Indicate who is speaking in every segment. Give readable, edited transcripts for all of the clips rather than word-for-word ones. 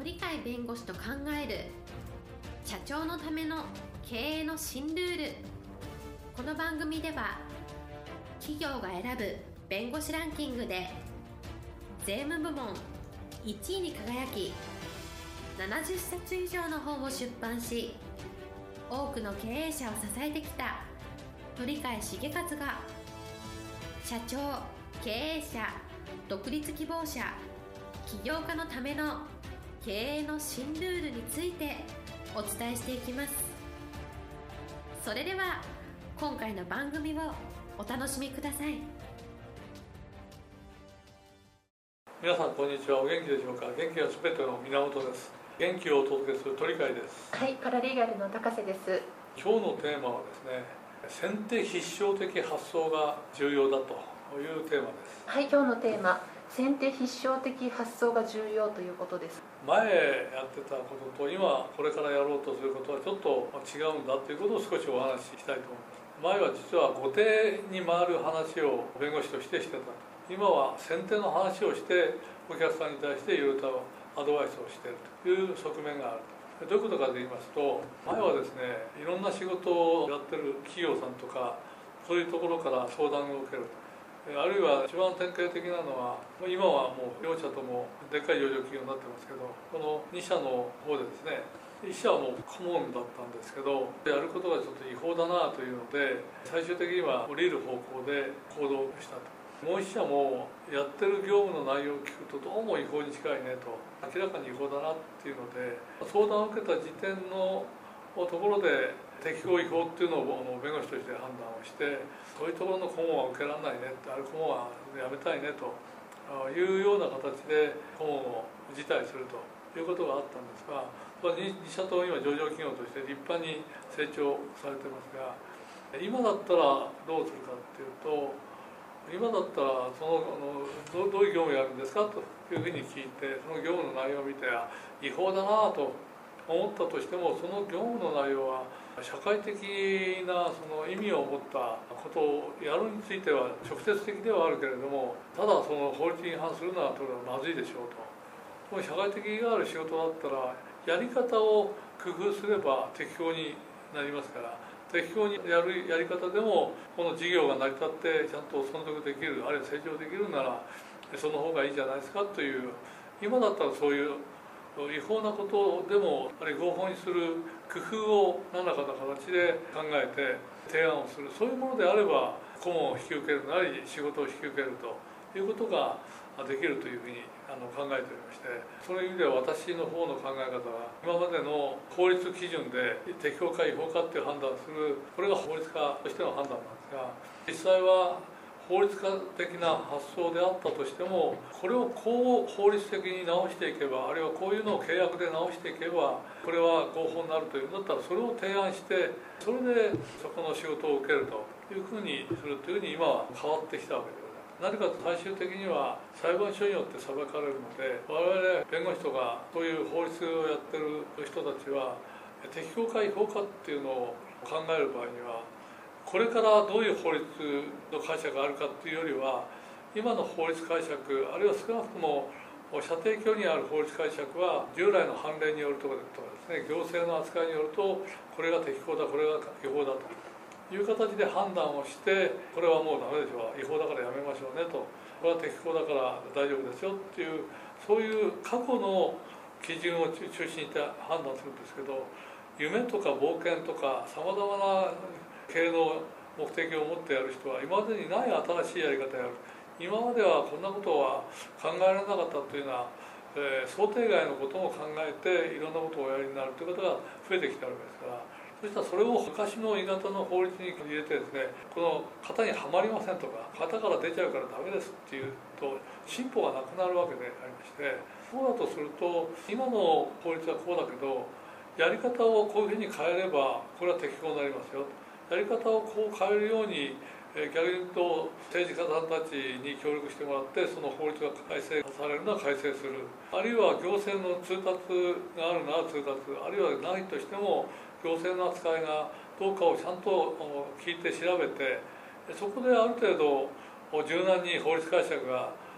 Speaker 1: 鳥飼弁護士と考える社長のための経営の新ルール。この番組では企業が選ぶ弁護士ランキングで税務部門1位に輝き、70冊以上の本を出版し、多くの経営者を支えてきた鳥飼茂勝が、社長、経営者、独立希望者、起業家のための経営の新ルールについてお伝えしていきます。それでは今回の番組をお楽しみください。
Speaker 2: 皆さんこんにちは。お元気でしょうか。元気はすべての源です。元気をお届けする鳥飼です。
Speaker 3: はい、パラリーガルの高瀬です。
Speaker 2: 今日のテーマはですね、先手必勝的発想が重要だというテーマです。
Speaker 3: はい、今日のテーマ、先手必勝的発想が重要ということです。
Speaker 2: 前やってたことと今これからやろうとすることはちょっと違うんだということを少しお話ししたいと思います。前は実は後手に回る話を弁護士としてしてた。今は先手の話をしてお客さんに対していろいろとアドバイスをしているという側面がある。どういうことかと言いますと、前はですね、いろんな仕事をやってる企業さんとかそういうところから相談を受ける。あるいは一番典型的なのは、今はもう両社ともでっかい上場企業になってますけど、この2社の方でですね、1社はもう顧問だったんですけど、やることがちょっと違法だなというので、最終的には降りる方向で行動したと。もう1社もやってる業務の内容を聞くとどうも違法に近いねと、明らかに違法だなっていうので、相談を受けた時点のところで適法違法っていうのを弁護士として判断をして、そういうところの顧問は受けられないねって、ある顧問はやめたいねというような形で顧問を辞退するということがあったんですが、2社とも今上場企業として立派に成長されてますが、今だったらどうするかっていうと、今だったらどういう業務をやるんですかというふうに聞いて、その業務の内容を見て違法だなと思ったとしても、その業務の内容は社会的なその意味を持ったことをやるについては直接的ではあるけれども、ただその法律に違反するのはまずいでしょうと。社会的意義がある仕事だったらやり方を工夫すれば適法になりますから、適法にやるやり方でもこの事業が成り立ってちゃんと存続できる、あるいは成長できるならその方がいいじゃないですかという、今だったらそういう違法なことでもあるいは合法にする工夫を何らかの形で考えて提案をする、そういうものであれば顧問を引き受けるなり仕事を引き受けるということができるというふうに考えておりまして、そういう意味では私の方の考え方は、今までの法律基準で適法か違法かっていう判断をする、これが法律家としての判断なんですが、実際は法律家的な発想であったとしても、これをこう法律的に直していけば、あるいはこういうのを契約で直していけばこれは合法になるというんだったら、それを提案してそれでそこの仕事を受けるというふうにするというふうに今は変わってきたわけです。何かと最終的には裁判所によって裁かれるので、我々弁護士とかそういう法律をやってる人たちは適法か違法かっていうのを考える場合には、これからどういう法律の解釈があるかっていうよりは、今の法律解釈、あるいは少なくとも射程距離にある法律解釈は従来の判例によるとかですね、行政の扱いによるとこれが適法だ、これが違法だという形で判断をして、これはもうダメでしょう、違法だからやめましょうねと、これは適法だから大丈夫ですよっていう、そういう過去の基準を中心にして判断するんですけど、夢とか冒険とかさまざまな経営の目的を持ってやる人は今までにない新しいやり方をやる。今まではこんなことは考えられなかったというような、想定外のことも考えていろんなことをおやりになるという方が増えてきてあるわけですから、そしたらそれを昔の鋳型の法律に入れてですね、この型にはまりませんとか、型から出ちゃうからダメですっていうと進歩がなくなるわけでありまして、そうだとすると今の法律はこうだけど、やり方をこういうふうに変えればこれは適法になりますよ、やり方をこう変えるように逆に言うと政治家さんたちに協力してもらって、その法律が改正されるのは改正する、あるいは行政の通達があるなら通達、あるいはないとしても行政の扱いがどうかをちゃんと聞いて調べて、そこである程度柔軟に法律解釈が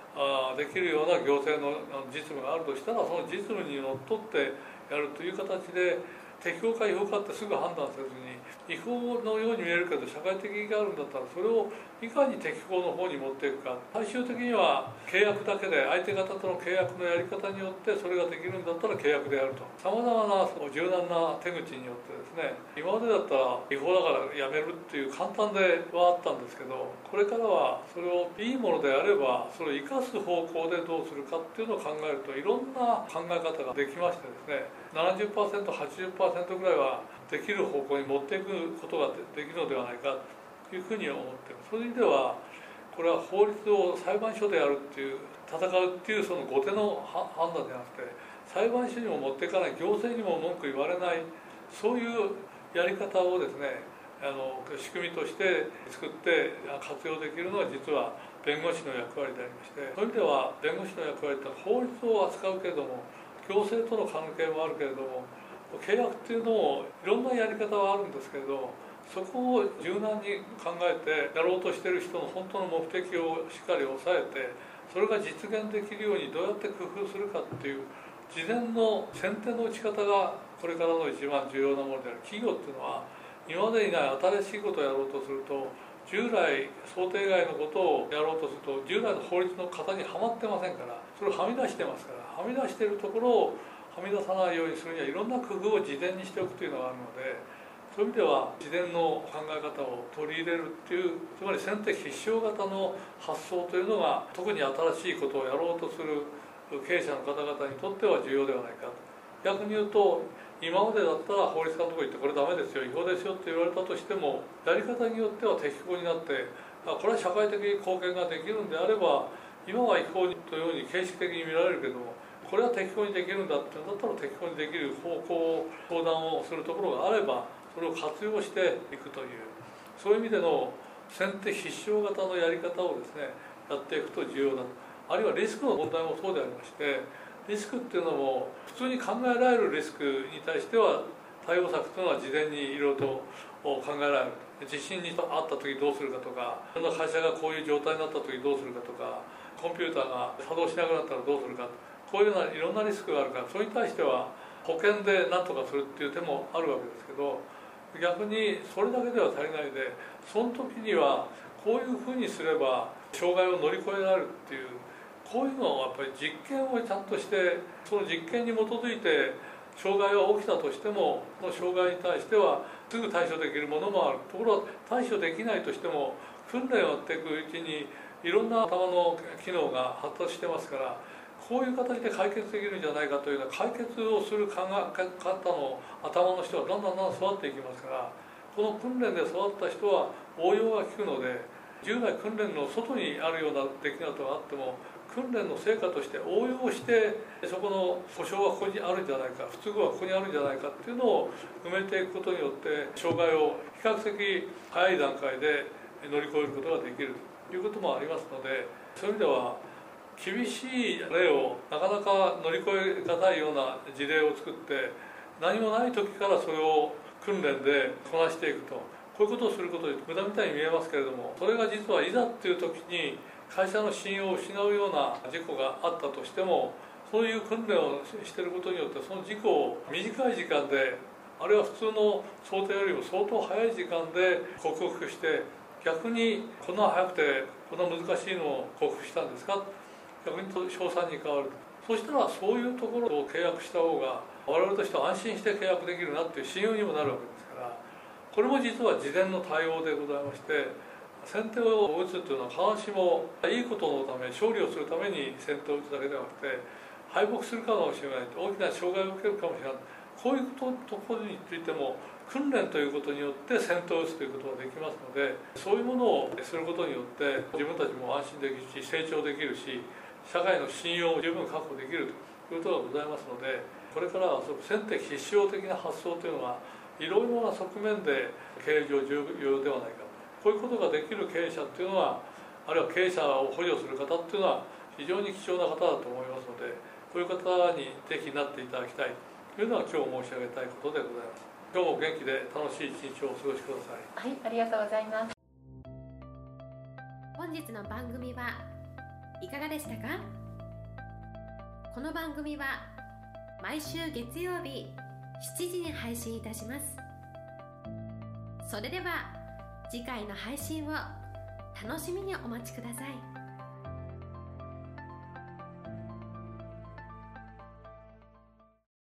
Speaker 2: できるような行政の実務があるとしたら、その実務にのっとってやるという形で、適法か違法かってすぐ判断せずに、違法のように見えるけど社会的意義があるんだったら、それをいかに適法の方に持っていくか。最終的には契約だけで、相手方との契約のやり方によってそれができるんだったら契約でやると。さまざまな柔軟な手口によってですね、今までだったら違法だからやめるっていう簡単ではあったんですけど、これからはそれをいいものであればそれを生かす方向でどうするかっていうのを考えると、いろんな考え方ができましてですね、70%、80% ぐらいはできる方向に持っていくことができるのではないかというふうに思っています。そういう意味では、これは法律を裁判所でやるっていう、戦うっていうその後手の判断ではなくて、裁判所にも持っていかない、行政にも文句言われない、そういうやり方をですね、仕組みとして作って活用できるのは実は弁護士の役割でありまして、そういう意味では弁護士の役割って法律を扱うけれども、行政との関係もあるけれども、契約っていうのもいろんなやり方はあるんですけれど、そこを柔軟に考えてやろうとしている人の本当の目的をしっかり抑えて、それが実現できるようにどうやって工夫するかっていう事前の先手の打ち方がこれからの一番重要なものである。企業っていうのは今までにない新しいことをやろうとすると、従来想定外のことをやろうとすると従来の法律の型にはまってませんから、それをはみ出してますから、はみ出しているところをはみ出さないようにするにはいろんな工夫を事前にしておくというのがあるので、そういう意味では事前の考え方を取り入れるっていう、つまり先手必勝型の発想というのが、特に新しいことをやろうとする経営者の方々にとっては重要ではないかと。逆に言うと、今までだったら法律家のところ行ってこれダメですよ、違法ですよって言われたとしても、やり方によっては適法になって、これは社会的貢献ができるんであれば、今は違法というように形式的に見られるけども、これは適法にできるんだってだったら適法にできる方向を相談をするところがあれば、それを活用していくという、そういう意味での先手必勝型のやり方をですね、やっていくと重要だと。あるいはリスクの問題もそうでありまして、リスクっていうのも普通に考えられるリスクに対しては対応策というのは事前にいろいろと考えられる。地震にあった時どうするかとか、いろんな会社がこういう状態になった時どうするかとか、コンピューターが作動しなくなったらどうするか、こういうようないろんなリスクがあるから、それに対しては保険で何とかするっていう手もあるわけですけど、逆にそれだけでは足りないで、その時にはこういうふうにすれば障害を乗り越えられるっていう、こういうのをやっぱり実験をちゃんとして、その実験に基づいて障害が起きたとしても、その障害に対してはすぐ対処できるものもある。ところが対処できないとしても、訓練をやっていくうちにいろんな頭の機能が発達してますから、こういう形で解決できるんじゃないかというような解決をする考え方の頭の人がだんだん育っていきますから、この訓練で育った人は応用が効くので、従来訓練の外にあるような出来事があっても、訓練の成果として応用して、そこの保障はここにあるんじゃないか、不都合はここにあるんじゃないかっていうのを埋めていくことによって、障害を比較的早い段階で乗り越えることができるということもありますので、そういう意味では厳しい例をなかなか乗り越えがたいような事例を作って、何もない時からそれを訓練でこなしていくと、こういうことをすることで無駄みたいに見えますけれども、それが実はいざっていう時に会社の信用を失うような事故があったとしても、そういう訓練をしていることによって、その事故を短い時間で、あるいは普通の想定よりも相当早い時間で克服して、逆にこんな早くてこんな難しいのを克服したんですか、逆に称賛に変わる。そしたらそういうところを契約した方が我々としては安心して契約できるなっていう信用にもなるわけですから、これも実は事前の対応でございまして、先手を打つというのは必ずしもいいことのため、勝利をするために先手を打つだけではなくて、敗北するかもしれない、大きな障害を受けるかもしれない、こういうところについても訓練ということによって先手を打つということができますので、そういうものをすることによって自分たちも安心できるし、成長できるし、社会の信用を十分確保できるということがございますので、これからはその先手必勝的な発想というのがいろいろな側面で経営上重要ではないか。こういうことができる経営者っていうのは、あるいは経営者を補助する方っていうのは非常に貴重な方だと思いますので、こういう方にぜひなっていただきたいというのは今日申し上げたいことでございます。今日も元気で楽しい一日をお過ごしください。
Speaker 3: はい、ありがとうございます。
Speaker 1: 本日の番組はいかがでしたか？この番組は毎週月曜日7時に配信いたします。それでは次回の配信を楽しみにお待ちください。